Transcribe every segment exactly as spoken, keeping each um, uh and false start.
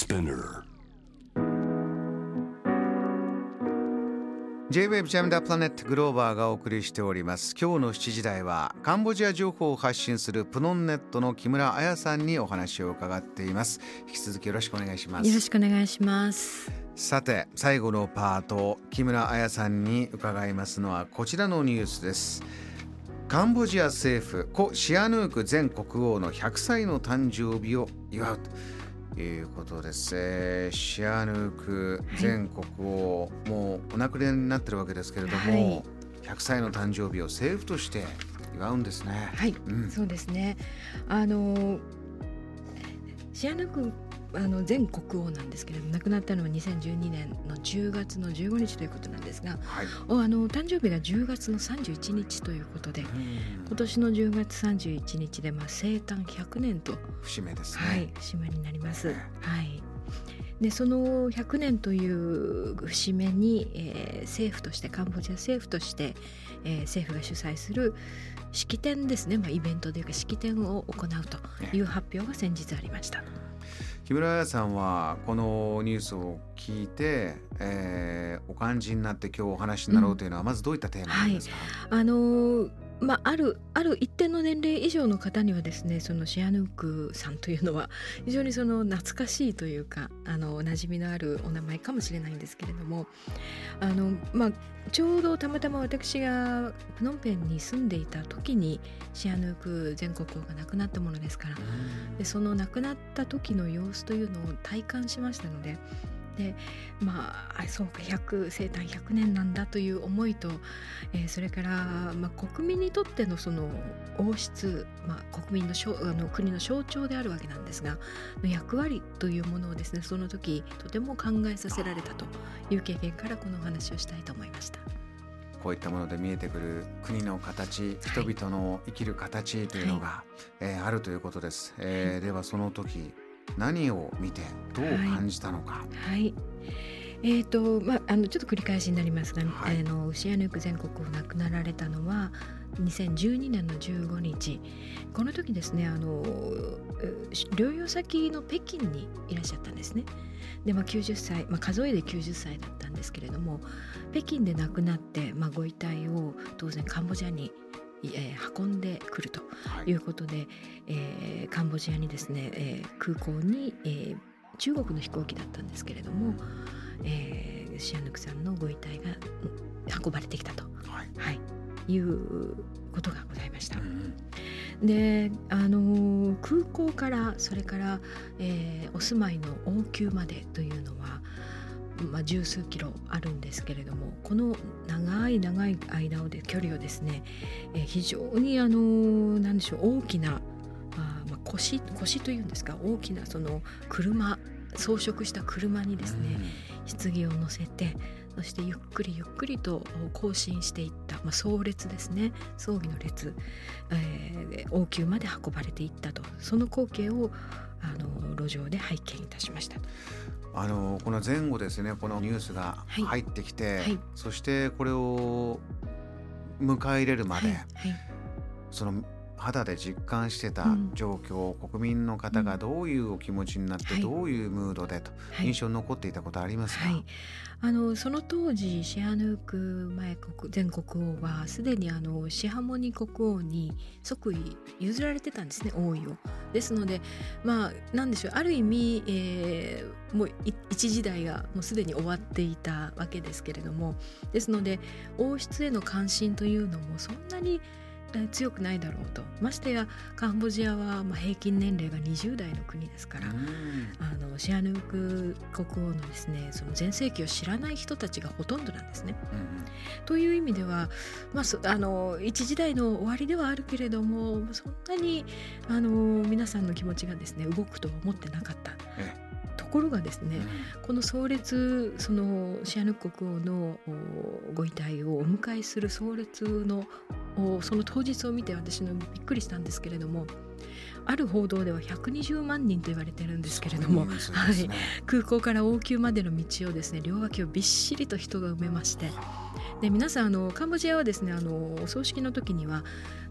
Spinner J-ウェーブ ジャムダプラネットグローバーがお送りしております。今日のしちじ台はカンボジア情報を発信するプノンネットの木村彩さんにお話を伺っています。引き続きよろしくお願いします。 よろしくお願いします。 さて、最後のパート、木村彩さんに伺いますのはこちらのニュースです。カンボジア政府、故シアヌーク前国王のひゃくさいの誕生日を祝うということです。えー、シアヌーク前国王、はい、もうお亡くなりになってるわけですけれども、はい、ひゃくさいの誕生日を政府として祝うんですね。 はい、うん、そうですね。あのシアヌークあの前国王なんですけれども、亡くなったのはにせんじゅうにねんのじゅうがつのじゅうごにちということなんですが、はい、あの誕生日がじゅうがつのさんじゅういちにちということで、今年のじゅうがつさんじゅういちにちで、まあ、生誕ひゃくねんと節目ですね。 はい、節目になります。はい。でそのひゃくねんという節目に、えー、政府としてカンボジア政府として、えー、政府が主催する式典ですね、まあ、イベントというか式典を行うという発表が先日ありました。 木村彩さんはこのニュースを聞いて、えー、お感じになって今日お話になろうというのは、うん、まずどういったテーマなんですか？ はい、あのーまあ、あるある一定の年齢以上の方にはですね、そのシアヌークさんというのは非常にその懐かしいというか、あの馴染みのあるお名前かもしれないんですけれども、あの、まあ、ちょうどたまたま私がプノンペンに住んでいた時にシアヌーク前国王が亡くなったものですから、でその亡くなった時の様子というのを体感しましたので、でまあ、そうかひゃく生誕ひゃくねんなんだという思いと、えー、それから、まあ、国民にとってのその王室、まあ、国民のしょあの国の象徴であるわけなんですが、役割というものをですね、その時とても考えさせられたという経験からこのお話をしたいと思いました。 こういったもので見えてくる国の形、人々の生きる形というのが、はい、えー、あるということです。えーはい、ではその時何を見てどう感じたのか。 はい、はい、えーとまあ、あのちょっと繰り返しになりますが、はい、あのシアヌーク前国王亡くなられたのはにせんじゅうにねんのじゅうごにち、この時ですね、あの療養先の北京にいらっしゃったんですね。で、まあ、きゅうじゅっさい、まあ、数えできゅうじゅっさいだったんですけれども、北京で亡くなって、まあ、ご遺体を当然カンボジアにえー、運んでくるということで、はい、えー、カンボジアにですね、えー、空港に、えー、中国の飛行機だったんですけれども、えー、シアヌークさんのご遺体が運ばれてきたと、はいはい、いうことがございました。うん、で、あのー、空港からそれから、えー、お住まいの王宮までというのはまあ、十数キロあるんですけれども、この長い長い間をで距離をですね、えー、非常にあの何でしょう、大きなあ、まあ、腰腰というんですか、大きなその車、装飾した車にですね、棺を乗せて、そしてゆっくりゆっくりと行進していった、まあ、葬列ですね、葬儀の列、えー、王宮まで運ばれていったと、その光景をあの路上で拝見いたしました。 あのこの前後ですね、このニュースが入ってきて、はいはい、そしてこれを迎え入れるまで、はいはい、その肌で実感してた状況、うん、国民の方がどういうお気持ちになって、うん、どういうムードでと、はい、印象に残っていたことありますか？はい、 あのその当時シアヌーク前国前国王はすでにあのシハモニ国王に即位譲られてたんですね、王位を。ですので、まあなんでしょう、ある意味、えー、もう一時代がもうすでに終わっていたわけですけれども、ですので王室への関心というのもそんなに強くないだろうと。ましてやカンボジアはまあ平均年齢がにじゅうだいの国ですから、あのシアヌーク国王のですね、その全盛期を知らない人たちがほとんどなんですね。うん、という意味では、まあ、あの一時代の終わりではあるけれども、そんなにあの皆さんの気持ちがですね動くとは思ってなかった。ところがですね、うん、この葬列、そのシアヌーク国王のご遺体をお迎えする葬列のその当日を見て私のびっくりしたんですけれども、ある報道ではひゃくにじゅうまんにんと言われてるんですけれども、ね、はい、空港から王宮までの道をですね、両脇をびっしりと人が埋めまして、で皆さんあのカンボジアはですね、あのお葬式の時には、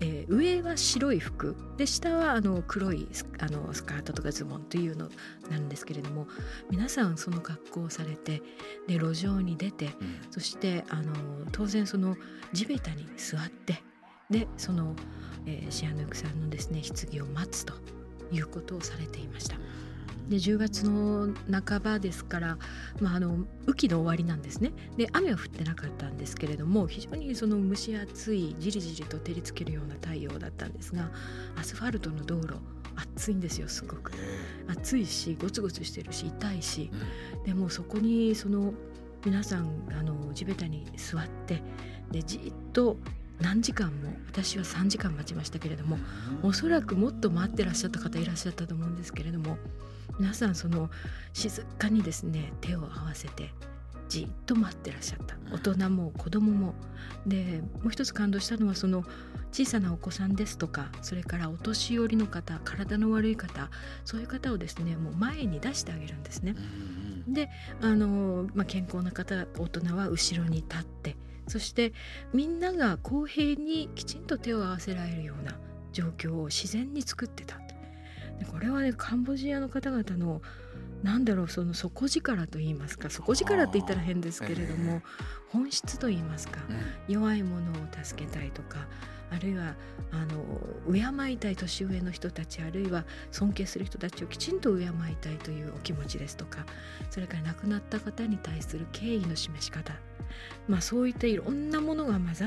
えー、上は白い服で下はあの黒いスあのスカートとかズボンというのなんですけれども、皆さんその格好をされて、で路上に出て、うん、そしてあの当然その地べたに座って、でその、えー、シアヌークさんのですね棺を待つということをされていました。でじゅうがつの半ばですから、まあ、あの雨季の終わりなんですね。で雨は降ってなかったんですけれども、非常にその蒸し暑いじりじりと照りつけるような太陽だったんですが、アスファルトの道路暑いんですよ。すごく暑いし、ゴツゴツしてるし、痛いし、でもそこにその皆さんあの地べたに座って、でじっと何時間も、私はさんじかん待ちましたけれども、おそらくもっと待ってらっしゃった方いらっしゃったと思うんですけれども、皆さんその静かにですね手を合わせてじっと待ってらっしゃった。大人も子供も。でもう一つ感動したのは、その小さなお子さんですとか、それからお年寄りの方、体の悪い方、そういう方をですねもう前に出してあげるんですね。であの、まあ、健康な方、大人は後ろに立って、そしてみんなが公平にきちんと手を合わせられるような状況を自然に作ってた。でこれはね、カンボジアの方々のなんだろう、その底力と言いますか、底力って言ったら変ですけれども、本質と言いますか、弱い者を助けたいとか、あるいはあの敬いたい年上の人たち、あるいは尊敬する人たちをきちんと敬いたいというお気持ちですとか、それから亡くなった方に対する敬意の示し方、まあ、そういったいろんなものが混ざって、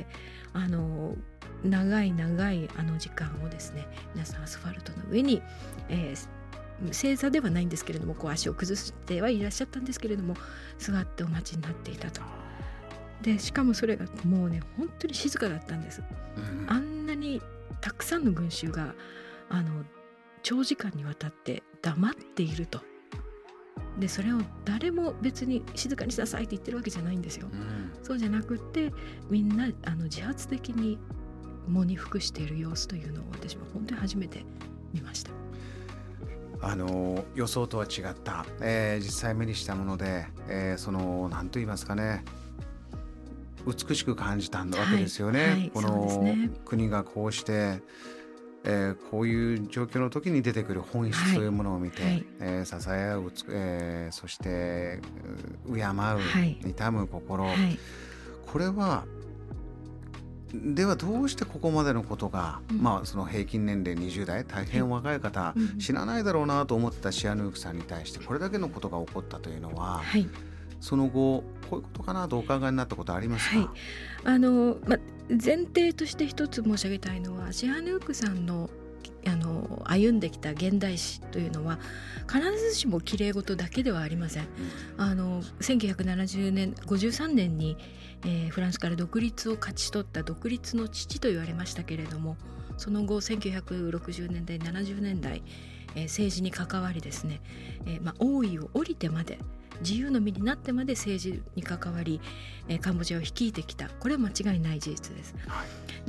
あの長い長いあの時間をですね、皆さんアスファルトの上に、えー、正座ではないんですけれども、こう足を崩してはいらっしゃったんですけれども、座ってお待ちになっていたと。でしかもそれがもうね本当に静かだったんです、うん、あんなにたくさんの群衆があの長時間にわたって黙っていると。でそれを誰も別に静かにしなさいって言ってるわけじゃないんですよ、うん、そうじゃなくってみんなあの自発的に喪に服している様子というのを私は本当に初めて見ました。 あの予想とは違った、えー、実際目にしたもので、えー、その何と言いますかね、美しく感じたわけですよね、はいはい、このね、国がこうして、えー、こういう状況の時に出てくる本質というものを見て、はいはい、えー、支え合う、えー、そして敬う、はい、悼む心、はい、これはではどうしてここまでのことが、うん、まあその平均年齢にじゅう代、大変若い方、はい、知らないだろうなと思ってたシアヌークさんに対してこれだけのことが起こったというのは、はい、その後こういうことかなとお考えになったことありますか？はい、 あのま、前提として一つ申し上げたいのは、シアヌークさんのあの歩んできた現代史というのは必ずしも綺麗事だけではありません。あのせんきゅうひゃくななじゅうねんごじゅうさんねんに、えー、フランスから独立を勝ち取った独立の父と言われましたけれども、その後せんきゅうひゃくろくじゅうねんだいななじゅうねんだい、えー、政治に関わりですね、えーまあ、王位を降りてまで自由の身になってまで政治に関わり、えー、カンボジアを率いてきた。これは間違いない事実です、はい、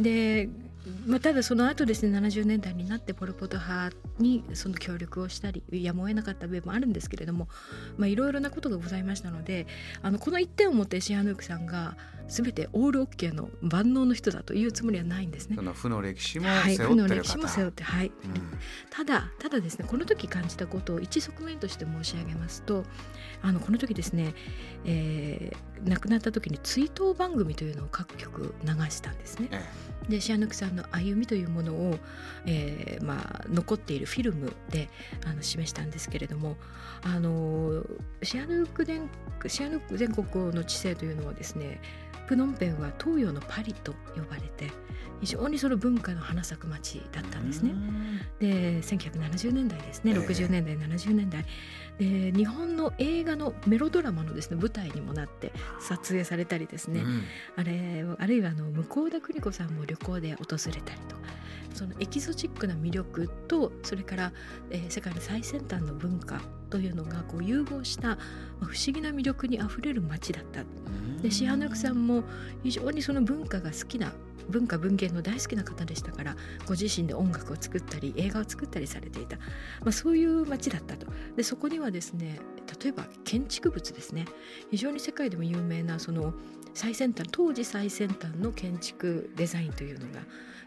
でまあ、ただその後ですね、ななじゅうねんだいになってポル・ポト派にその協力をしたりやむを得なかった部分もあるんですけれども、まあ、いろいろなことがございましたので、あのこの一点をもってシアヌークさんが全てオールオッケーの万能の人だというつもりはないんですね。 その負の歴史も背負ってる方、はい、負の歴史も背負って、はい、うん、 ただただですね、この時感じたことを一側面として申し上げますと、あのこの時ですね、えー、亡くなった時に追悼番組というのを各局流したんですね、ええ。でシアヌークさんの歩みというものを、えーまあ、残っているフィルムであの示したんですけれども、あのシアヌーク全シアヌーク全国王の治世というのはですね、プノンペンは東洋のパリと呼ばれて非常にその文化の花咲く街だったんですね。でせんきゅうひゃくななじゅうねんだいですね、ろくじゅうねんだいななじゅうねんだいで日本の映画のメロドラマのですね舞台にもなって撮影されたりですね、うん、あれあるいはあの向田邦子さんも旅行で訪れたりと、そのエキゾチックな魅力とそれから、えー、世界の最先端の文化というのがこう融合した、まあ、不思議な魅力にあふれる街だった。でシアヌークさんも非常にその文化が好きな、文化文芸の大好きな方でしたから、ご自身で音楽を作ったり映画を作ったりされていた、まあ、そういう街だったと。でそこにはですね、例えば建築物ですね、非常に世界でも有名なその最先端当時最先端の建築デザインというのが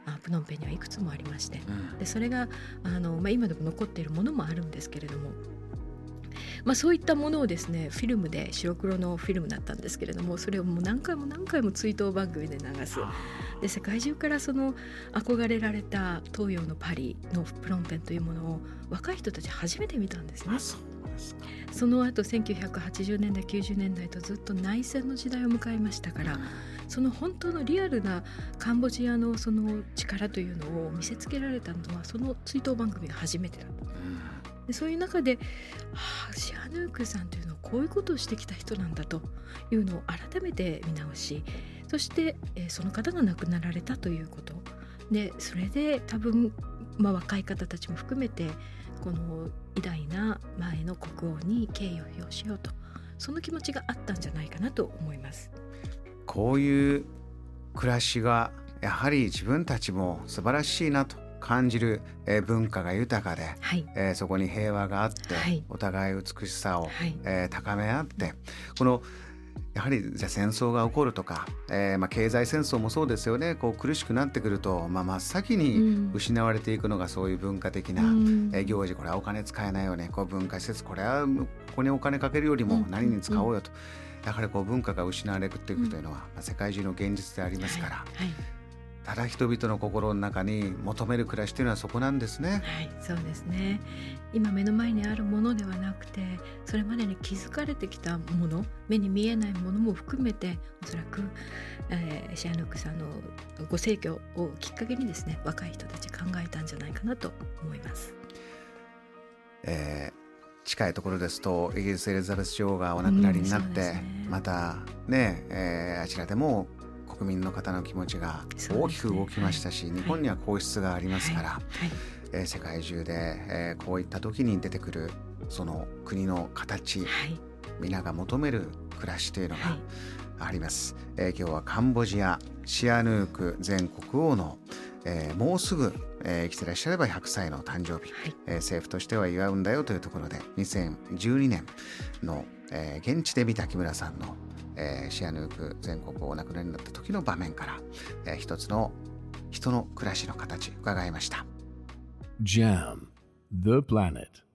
あプノンペンにはいくつもありまして、 うんでそれがあの、まあ、今でも残っているものもあるんですけれども、まあ、そういったものをですねフィルムで白黒のフィルムだったんですけれども、それをもう何回も何回も追悼番組で流す。で世界中からその憧れられた東洋のパリのプノンペンというものを若い人たち初めて見たんですね。 そうですか。 その後せんきゅうひゃくはちじゅうねんだいきゅうじゅうねんだいとずっと内戦の時代を迎えましたから、その本当のリアルなカンボジアのその力というのを見せつけられたのはその追悼番組が初めてだった。でそういう中で、はあ、シアヌークさんというのはこういうことをしてきた人なんだというのを改めて見直し、そして、えー、その方が亡くなられたということで、それで多分、まあ、若い方たちも含めてこの偉大な前の国王に敬意を表しようと、その気持ちがあったんじゃないかなと思います。 こういう暮らしがやはり自分たちも素晴らしいなと感じる、えー、文化が豊かで、 はいえー、そこに平和があって、 はい、 お互い美しさを、 はいえー、高め合って、このやはりじゃあ戦争が起こるとか、えーまあ、経済戦争もそうですよね。こう苦しくなってくると、まあ、真っ先に失われていくのがそういう文化的な、うん、えー、行事。これはお金使えないよね。こう文化施設、これはここにお金かけるよりも何に使おうよと、うん、やはりこう文化が失われていくというのは、まあ、世界中の現実でありますから、はいはい、ただ人々の心の中に求める暮らしというのはそこなんですね。 はい、そうですね。今目の前にあるものではなくて、それまでに築かれてきたもの、目に見えないものも含めて、おそらく、えー、シアヌークさんのご逝去をきっかけにですね、若い人たち考えたんじゃないかなと思います。 えー、近いところですとイギリスエリザベス女王がお亡くなりになって、うんね、またね、えー、あちらでも国民の方の気持ちが大きく動きましたし、ね、はい、日本には皇室がありますから、はいはい、えー、世界中で、えー、こういった時に出てくるその国の形、はい、皆が求める暮らしというのがあります、はい、えー、今日はカンボジアシアヌーク前国王の、えー、もうすぐ、えー、生きてらっしゃればひゃくさいの誕生日、はい、えー、政府としては祝うんだよというところでにせんじゅうにねんの、えー、現地で見た木村さんのえー、シアヌーク前国王お亡くなりになった時の場面から、えー、一つの人の暮らしの形伺いました。 ジャム The Planet